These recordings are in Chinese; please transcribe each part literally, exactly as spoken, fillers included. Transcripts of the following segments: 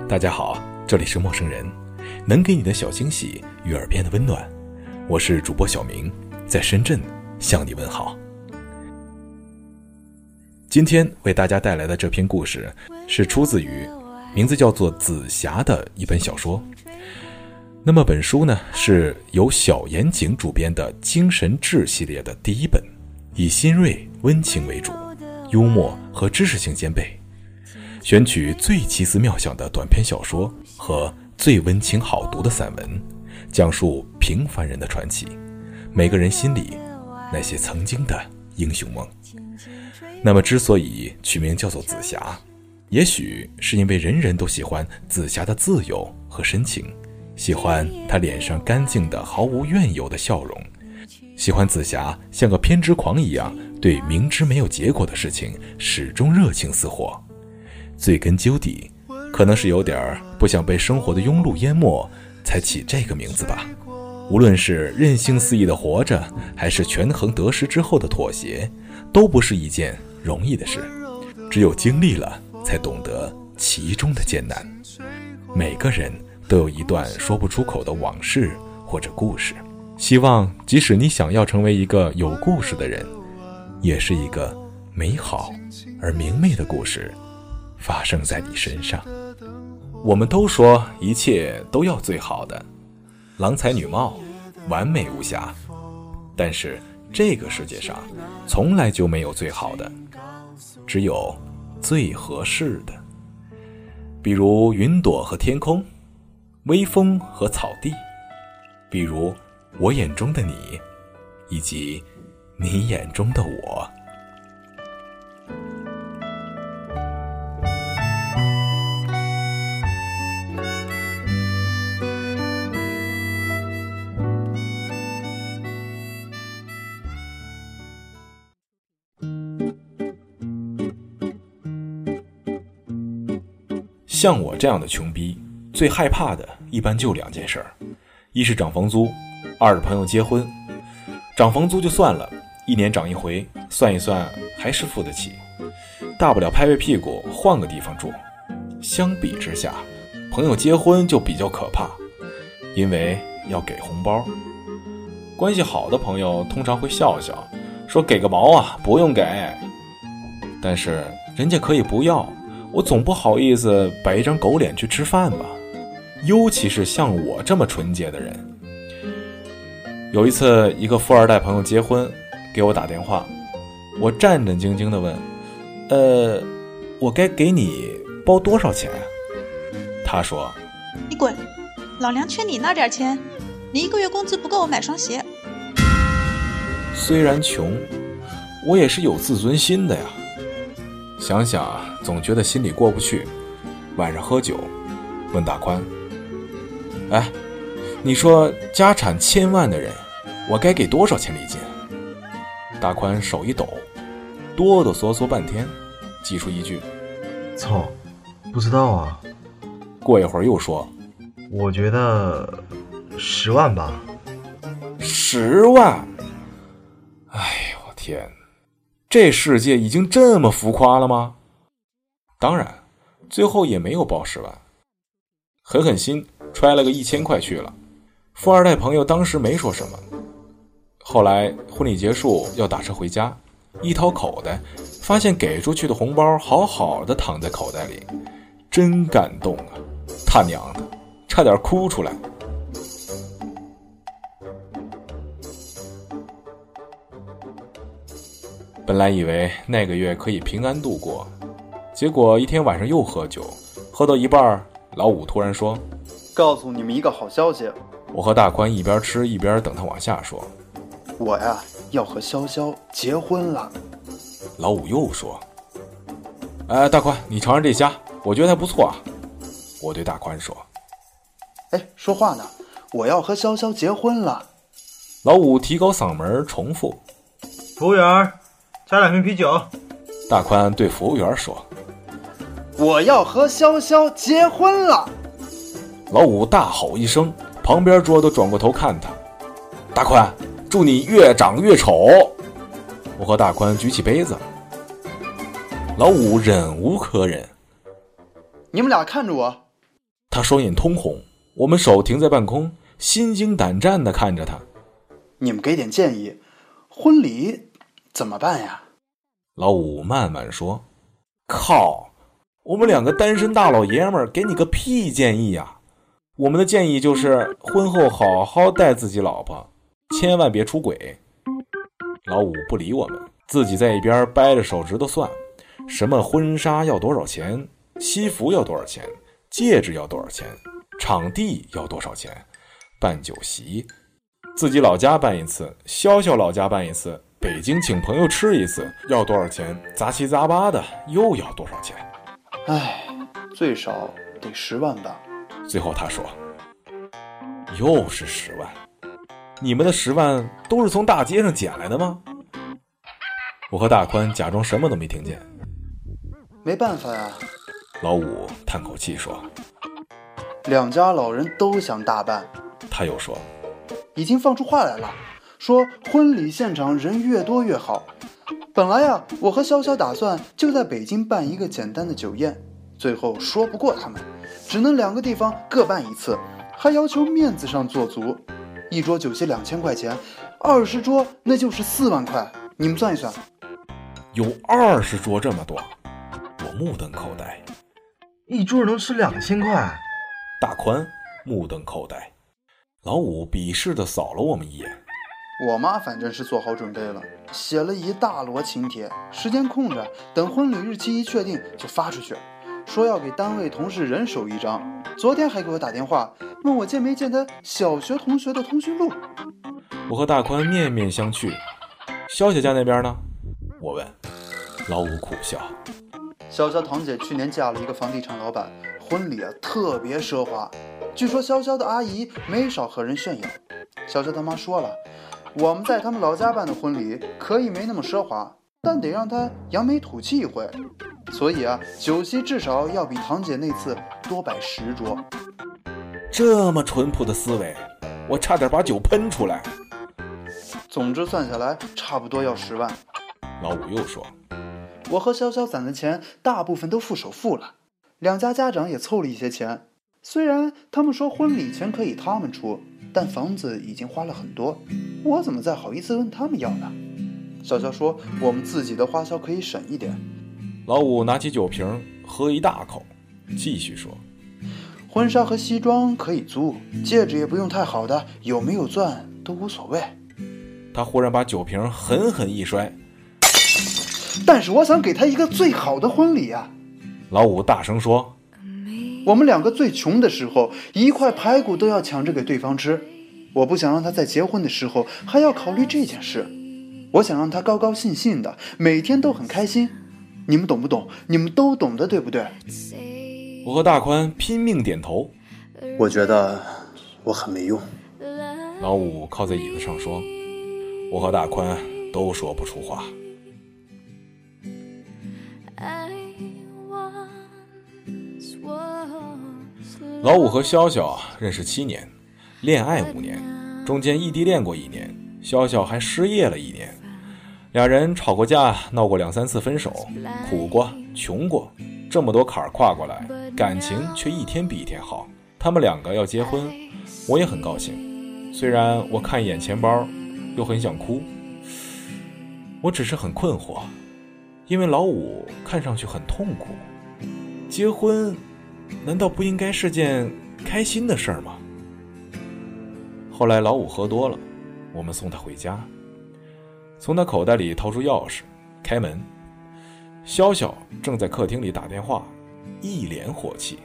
大家好，这里是陌生人，能给你的小惊喜与耳边的温暖。我是主播小明，在深圳向你问好。今天为大家带来的这篇故事是出自于名字叫做《紫霞》的一本小说。那么本书呢，是由小岩井主编的精神志系列的第一本，以新锐温情为主，幽默和知识性兼备，选取最奇思妙想的短篇小说和最温情好读的散文，讲述平凡人的传奇，每个人心里那些曾经的英雄梦。那么之所以取名叫做紫霞，也许是因为人人都喜欢紫霞的自由和深情，喜欢她脸上干净的毫无怨尤的笑容，喜欢紫霞像个偏执狂一样对明知没有结果的事情始终热情似火。追根究底，可能是有点不想被生活的庸碌淹没才起这个名字吧。无论是任性肆意的活着，还是权衡得失之后的妥协，都不是一件容易的事，只有经历了才懂得其中的艰难。每个人都有一段说不出口的往事或者故事，希望即使你想要成为一个有故事的人，也是一个美好而明媚的故事发生在你身上。我们都说一切都要最好的，郎才女貌，完美无瑕，但是这个世界上从来就没有最好的，只有最合适的。比如云朵和天空，微风和草地，比如我眼中的你，以及你眼中的我。像我这样的穷逼，最害怕的一般就两件事儿，一是涨房租，二是朋友结婚。涨房租就算了，一年涨一回，算一算还是付得起，大不了拍拍屁股换个地方住。相比之下，朋友结婚就比较可怕，因为要给红包。关系好的朋友通常会笑笑，说给个毛啊，不用给。但是人家可以不要，我总不好意思摆一张狗脸去吃饭吧，尤其是像我这么纯洁的人。有一次一个富二代朋友结婚，给我打电话，我战战兢兢地问，呃，我该给你包多少钱？他说， 你滚，老娘缺你那点钱，你一个月工资不够我买双鞋。 虽然穷，我也是有自尊心的呀。想想啊，总觉得心里过不去。晚上喝酒，问大宽，哎，你说家产千万的人，我该给多少钱礼金？大宽手一抖，哆哆嗦嗦半天，挤出一句， 操，不知道啊。 过一会儿又说， 我觉得十万吧。 十万？哎呦我天，这世界已经这么浮夸了吗？当然最后也没有报十万，狠狠心揣了个一千块去了。富二代朋友当时没说什么，后来婚礼结束要打车回家，一掏口袋，发现给出去的红包好好的躺在口袋里，真感动啊，他娘的，差点哭出来。本来以为那个月可以平安度过，结果一天晚上又喝酒，喝到一半，老五突然说， 告诉你们一个好消息。 我和大宽一边吃一边等他往下说， 我呀要和潇潇结婚了。 老五又说，哎，大宽你尝尝这虾，我觉得还不错啊。我对大宽说， 哎，说话呢，我要和潇潇结婚了。 老五提高嗓门重复， 服务员，加两瓶啤酒。 大宽对服务员说， 我要和潇潇结婚了。 老五大吼一声，旁边桌都转过头看他，大宽，祝你越长越丑。我和大宽举起杯子，老五忍无可忍， 你们俩看着我， 他双眼通红，我们手停在半空，心惊胆战地看着他。 你们给点建议，婚礼怎么办呀？ 老五慢慢说。靠，我们两个单身大老爷们儿给你个屁建议呀！我们的建议就是婚后好好带自己老婆，千万别出轨。老五不理我们，自己在一边掰着手指头算，什么婚纱要多少钱，西服要多少钱，戒指要多少钱，场地要多少钱，办酒席，自己老家办一次，潇潇老家办一次，北京请朋友吃一次，要多少钱，杂七杂八的又要多少钱。 唉，最少得十万吧。 最后他说，又是十万，你们的十万都是从大街上捡来的吗？我和大宽假装什么都没听见。 没办法呀。 老五叹口气说， 两家老人都想大办。 他又说， 已经放出话来了，说婚礼现场人越多越好。本来呀，我和潇潇打算就在北京办一个简单的酒宴，最后说不过他们，只能两个地方各办一次，还要求面子上做足。一桌酒席两千块钱，二十桌那就是四万块，你们算一算。 有二十桌这么多，我目瞪口呆。 一桌能吃两千块？ 大宽目瞪口呆。老五鄙视地扫了我们一眼。 我妈反正是做好准备了，写了一大摞请帖，时间空着，等婚礼日期一确定就发出去，说要给单位同事人手一张。昨天还给我打电话，问我见没见他小学同学的通讯录。 我和大宽面面相觑。潇潇家那边呢？我问。老五苦笑。 潇潇堂姐去年嫁了一个房地产老板，婚礼啊特别奢华，据说潇潇的阿姨没少和人炫耀。潇潇他妈说了，我们在他们老家办的婚礼可以没那么奢华，但得让他扬眉吐气一回，所以啊，酒席至少要比堂姐那次多摆十桌。 这么淳朴的思维，我差点把酒喷出来。 总之算下来差不多要十万。 老五又说， 我和潇潇攒的钱大部分都付首付了，两家家长也凑了一些钱，虽然他们说婚礼钱可以他们出，但房子已经花了很多，我怎么再好意思问他们要呢？潇潇说我们自己的花销可以省一点。 老五拿起酒瓶喝一大口，继续说， 婚纱和西装可以租，戒指也不用太好的，有没有钻都无所谓。 他忽然把酒瓶狠狠一摔。 但是我想给他一个最好的婚礼啊！ 老五大声说， 我们两个最穷的时候，一块排骨都要抢着给对方吃。我不想让他在结婚的时候还要考虑这件事，我想让他高高兴兴的，每天都很开心。你们懂不懂？你们都懂的，对不对？ 我和大宽拼命点头。 我觉得我很没用。 老五靠在椅子上说，我和大宽都说不出话。老五和潇潇认识七年，恋爱五年，中间异地恋过一年，潇潇还失业了一年。俩人吵过架，闹过两三次分手，苦过，穷过，这么多坎儿跨过来，感情却一天比一天好。他们两个要结婚，我也很高兴。虽然我看一眼钱包，又很想哭。我只是很困惑，因为老五看上去很痛苦。结婚难道不应该是件开心的事儿吗？后来老五喝多了，我们送他回家，从他口袋里掏出钥匙，开门。潇潇正在客厅里打电话，一脸火气。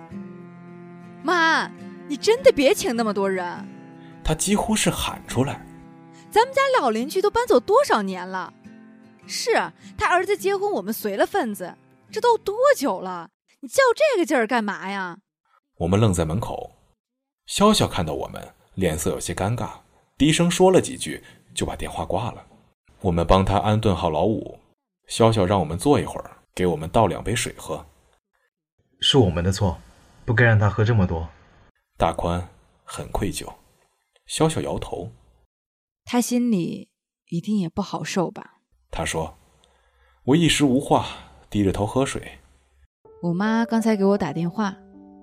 妈，你真的别请那么多人。 他几乎是喊出来。 咱们家老邻居都搬走多少年了？是他儿子结婚我们随了份子，这都多久了？你较这个劲儿干嘛呀？ 我们愣在门口。潇潇看到我们，脸色有些尴尬，低声说了几句就把电话挂了。我们帮他安顿好老五，潇潇让我们坐一会儿，给我们倒两杯水喝。 是我们的错，不该让他喝这么多。 大宽很愧疚。潇潇摇头。 他心里一定也不好受吧。 他说。我一时无话，低着头喝水。 我妈刚才给我打电话，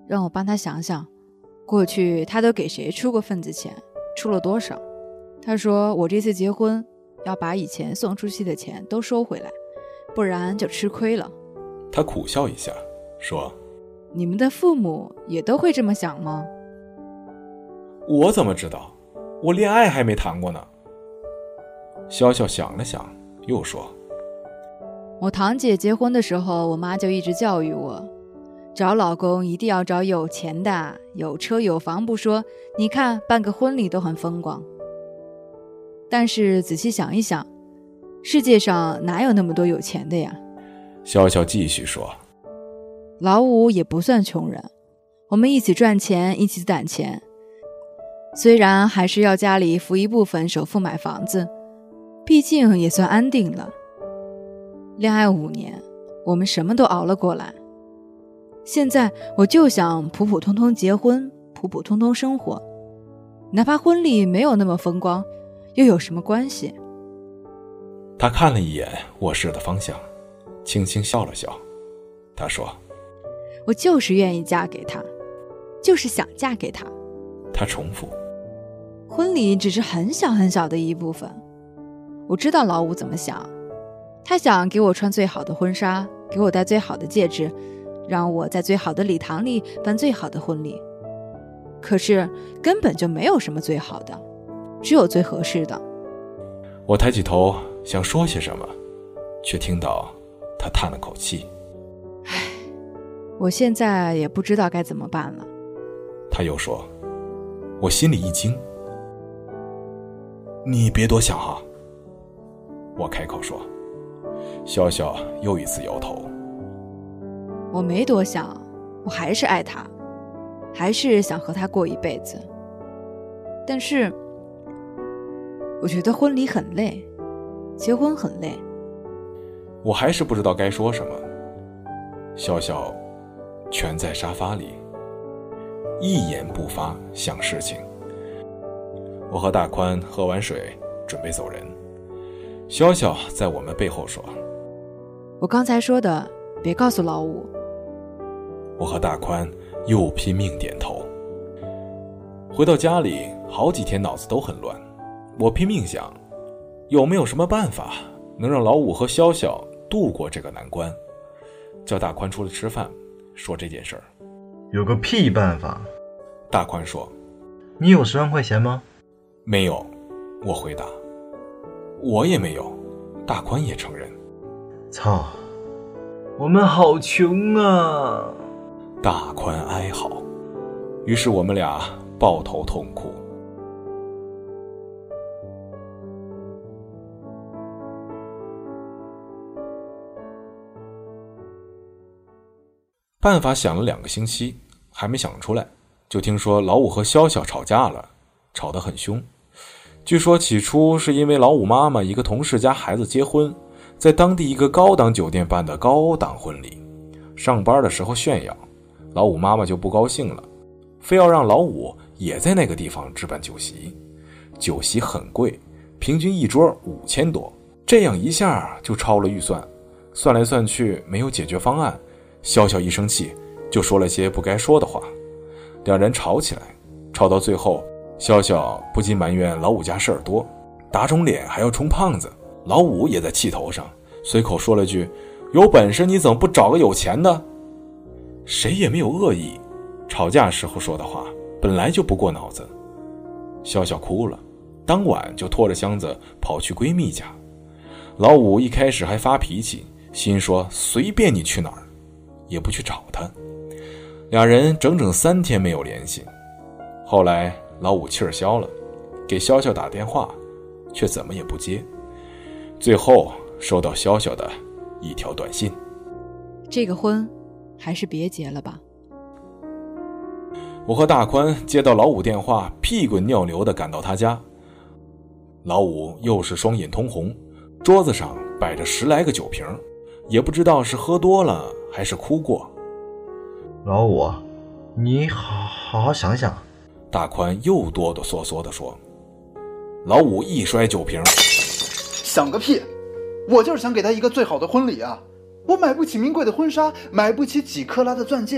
让我帮他想想，过去他都给谁出过份子钱，出了多少。他说我这次结婚要把以前送出去的钱都收回来，不然就吃亏了。 他苦笑一下说， 你们的父母也都会这么想吗？ 我怎么知道，我恋爱还没谈过呢。潇潇想了想又说， 我堂姐结婚的时候，我妈就一直教育我，找老公一定要找有钱的，有车有房不说，你看办个婚礼都很风光。但是仔细想一想，世界上哪有那么多有钱的呀？ 潇潇继续说， 老五也不算穷人，我们一起赚钱，一起攒钱，虽然还是要家里付一部分首付买房子，毕竟也算安定了。恋爱五年，我们什么都熬了过来。现在我就想普普通通结婚，普普通通生活，哪怕婚礼没有那么风光，又有什么关系？ 他看了一眼卧室的方向，轻轻笑了笑。他说， 我就是愿意嫁给他，就是想嫁给他。 他重复， 婚礼只是很小很小的一部分。我知道老五怎么想，他想给我穿最好的婚纱，给我戴最好的戒指，让我在最好的礼堂里办最好的婚礼。可是根本就没有什么最好的，只有最合适的。 我抬起头想说些什么，却听到他叹了口气。 唉，我现在也不知道该怎么办了。 他又说，我心里一惊。你别多想哈。我开口说。潇潇又一次摇头。 我没多想，我还是爱他，还是想和他过一辈子。但是我觉得婚礼很累，结婚很累。 我还是不知道该说什么。潇潇蜷在沙发里，一言不发，想事情。我和大宽喝完水准备走人，潇潇在我们背后说， 我刚才说的别告诉老五。 我和大宽又拼命点头。回到家里好几天脑子都很乱，我拼命想有没有什么办法能让老五和潇潇度过这个难关。叫大宽出来吃饭，说这件事儿。 有个屁办法。 大宽说， 你有十万块钱吗？ 没有，我回答。我也没有，大宽也承认。 操，我们好穷啊！ 大宽哀嚎。于是我们俩抱头痛哭。办法想了两个星期，还没想出来，就听说老五和潇潇吵架了，吵得很凶。据说起初是因为老五妈妈一个同事家孩子结婚，在当地一个高档酒店办的高档婚礼，上班的时候炫耀，老五妈妈就不高兴了，非要让老五也在那个地方置办酒席。酒席很贵，平均一桌五千多，这样一下就超了预算，算来算去没有解决方案。潇潇一生气就说了些不该说的话，两人吵起来，吵到最后，潇潇不禁埋怨老五家事儿多，打肿脸还要充胖子。老五也在气头上，随口说了句，有本事你怎么不找个有钱的？谁也没有恶意，吵架时候说的话本来就不过脑子。潇潇哭了，当晚就拖着箱子跑去闺蜜家。老五一开始还发脾气，心说随便你去哪儿，也不去找他。两人整整三天没有联系。后来老五气儿消了，给潇潇打电话，却怎么也不接。最后收到潇潇的一条短信， 这个婚还是别结了吧。 我和大宽接到老五电话，屁滚尿流地赶到他家。老五又是双眼通红，桌子上摆着十来个酒瓶，也不知道是喝多了还是哭过。 老五，你好好好想想。 大宽又哆哆嗦嗦地说。老五一摔酒瓶， 想个屁，我就是想给他一个最好的婚礼啊！我买不起名贵的婚纱，买不起几克拉的钻戒，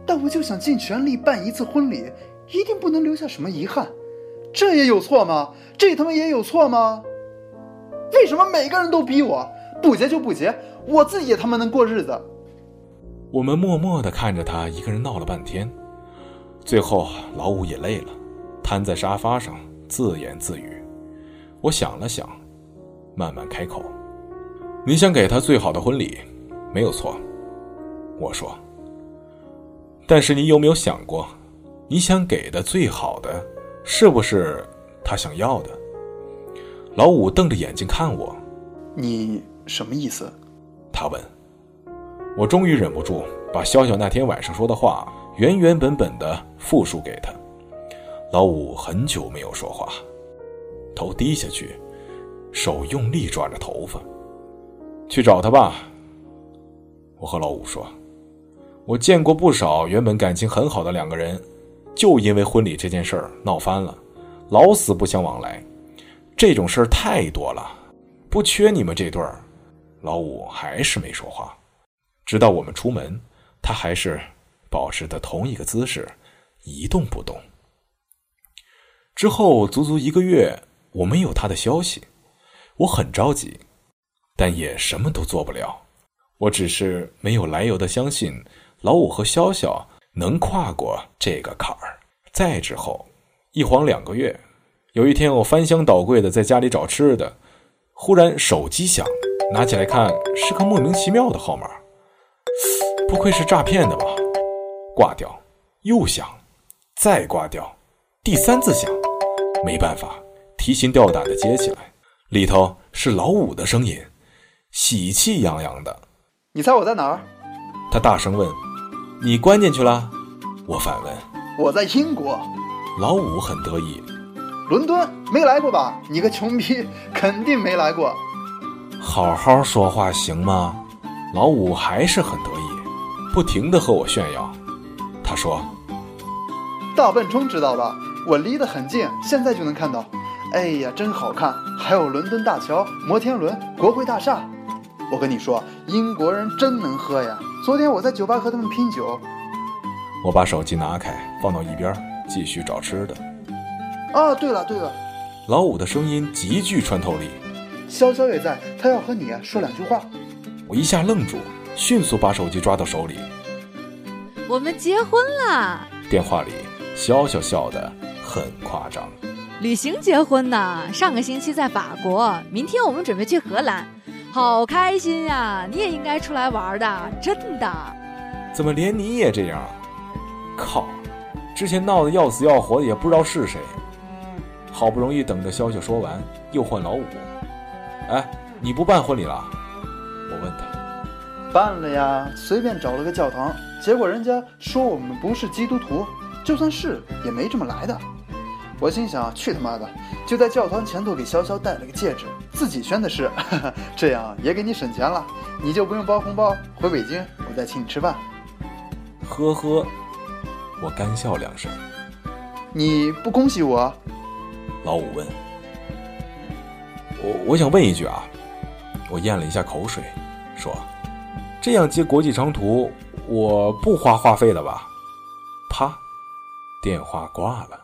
但我就想尽全力办一次婚礼，一定不能留下什么遗憾。这也有错吗？这他妈也有错吗？为什么每个人都逼我？不结就不结，我自己也他妈能过日子。 我们默默地看着他一个人闹了半天，最后老五也累了，瘫在沙发上自言自语。我想了想，慢慢开口：你想给他最好的婚礼，没有错。我说，但是你有没有想过，你想给的最好的是不是他想要的？老五瞪着眼睛看我。 你什么意思？ 他问。我终于忍不住把潇潇那天晚上说的话原原本本的复述给他。老五很久没有说话，头低下去，手用力抓着头发。去找他吧。我和老五说，我见过不少原本感情很好的两个人，就因为婚礼这件事儿闹翻了，老死不相往来。这种事儿太多了，不缺你们这对儿。老五还是没说话，直到我们出门，他还是保持着同一个姿势，一动不动。之后足足一个月，我没有他的消息，我很着急，但也什么都做不了。我只是没有来由的相信老五和潇潇能跨过这个坎儿。再之后一晃两个月，有一天我翻箱倒柜的在家里找吃的，忽然手机响，拿起来看是个莫名其妙的号码，不愧是诈骗的吧。挂掉，又响，再挂掉，第三次响，没办法，提心吊胆的接起来，里头是老五的声音，喜气洋洋的。 你猜我在哪儿？ 他大声问。你关进去了？我反问。 我在英国。 老五很得意。 伦敦没来过吧？你个穷逼，肯定没来过。 好好说话行吗？老五还是很得意，不停地和我炫耀。他说， 大笨钟知道吧？我离得很近，现在就能看到。哎呀，真好看！还有伦敦大桥、摩天轮、国会大厦。我跟你说，英国人真能喝呀！昨天我在酒吧和他们拼酒。 我把手机拿开，放到一边，继续找吃的。 啊，对了对了， 老五的声音极具穿透力。 潇潇也在，他要和你说两句话。 我一下愣住，迅速把手机抓到手里。 我们结婚了。 电话里潇潇笑得很夸张。 旅行结婚呢，上个星期在法国，明天我们准备去荷兰，好开心呀！你也应该出来玩的，真的。 怎么连你也这样？靠，之前闹得要死要活的也不知道是谁。好不容易等着潇潇说完，又换老五。哎，你不办婚礼了？我问他。 办了呀，随便找了个教堂，结果人家说我们不是基督徒，就算是也没这么来的。我心想，去他妈的，就在教堂前头给潇潇戴了个戒指，自己宣的誓，这样也给你省钱了，你就不用包红包，回北京我再请你吃饭。 呵呵，我干笑两声。 你不恭喜我？ 老五问。我我想问一句啊，我咽了一下口水，说，这样接国际长途，我不花话费了吧？啪，电话挂了。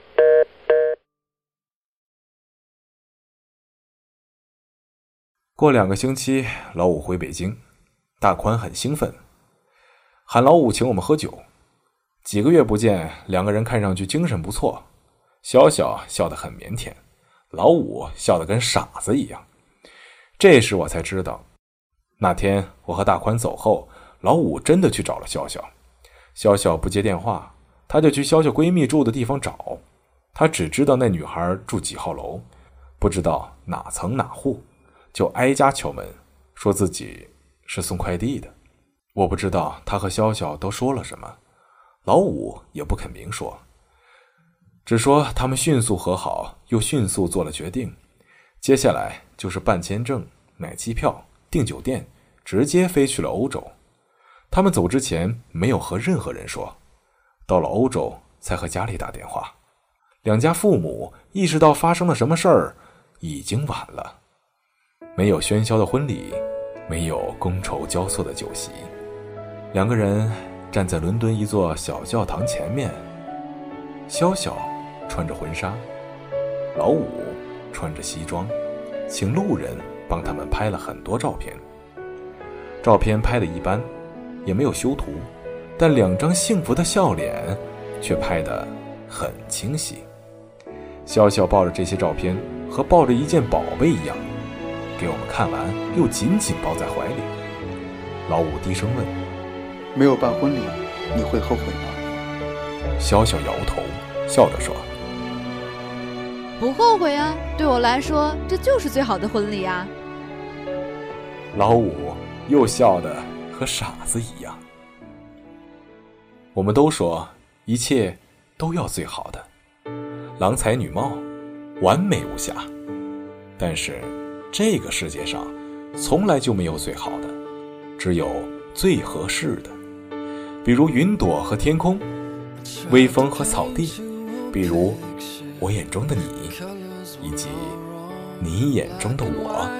过两个星期，老五回北京，大宽很兴奋，喊老五请我们喝酒。几个月不见，两个人看上去精神不错。小小笑得很腼腆，老五笑得跟傻子一样。这时我才知道，那天我和大宽走后，老五真的去找了潇潇。潇潇不接电话，他就去潇潇闺蜜住的地方找。他只知道那女孩住几号楼，不知道哪层哪户，就挨家敲门，说自己是送快递的。我不知道他和潇潇都说了什么，老五也不肯明说，只说他们迅速和好，又迅速做了决定，接下来就是办签证、买机票、订酒店，直接飞去了欧洲。他们走之前没有和任何人说，到了欧洲才和家里打电话。两家父母意识到发生了什么事儿，已经晚了。没有喧嚣的婚礼，没有觥筹交错的酒席，两个人站在伦敦一座小教堂前面，潇潇穿着婚纱，老五穿着西装，请路人帮他们拍了很多照片。照片拍得一般，也没有修图，但两张幸福的笑脸却拍得很清晰。潇潇抱着这些照片，和抱着一件宝贝一样，给我们看完又紧紧抱在怀里。老五低声问： 没有办婚礼，你会后悔吗？ 潇潇摇头，笑着说： 不后悔啊，对我来说这就是最好的婚礼啊。 老五又笑得和傻子一样。我们都说一切都要最好的，郎才女貌，完美无瑕。但是这个世界上从来就没有最好的，只有最合适的。比如云朵和天空，微风和草地，比如我眼中的你，以及你眼中的我。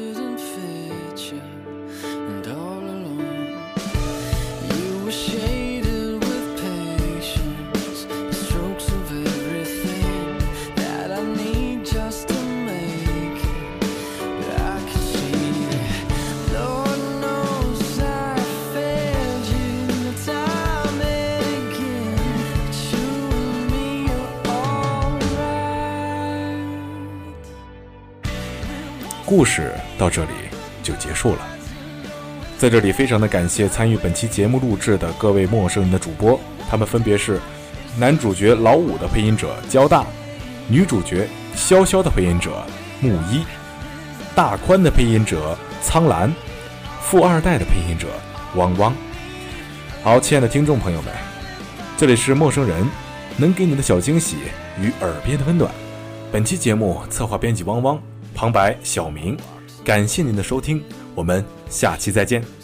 故事到这里就结束了。在这里非常的感谢参与本期节目录制的各位陌生人的主播，他们分别是男主角老五的配音者焦大，女主角潇潇的配音者木一，大宽的配音者苍兰，富二代的配音者汪汪。好，亲爱的听众朋友们，这里是陌生人，能给你的小惊喜与耳边的温暖。本期节目策划编辑汪汪，旁白小明，感谢您的收听，我们下期再见。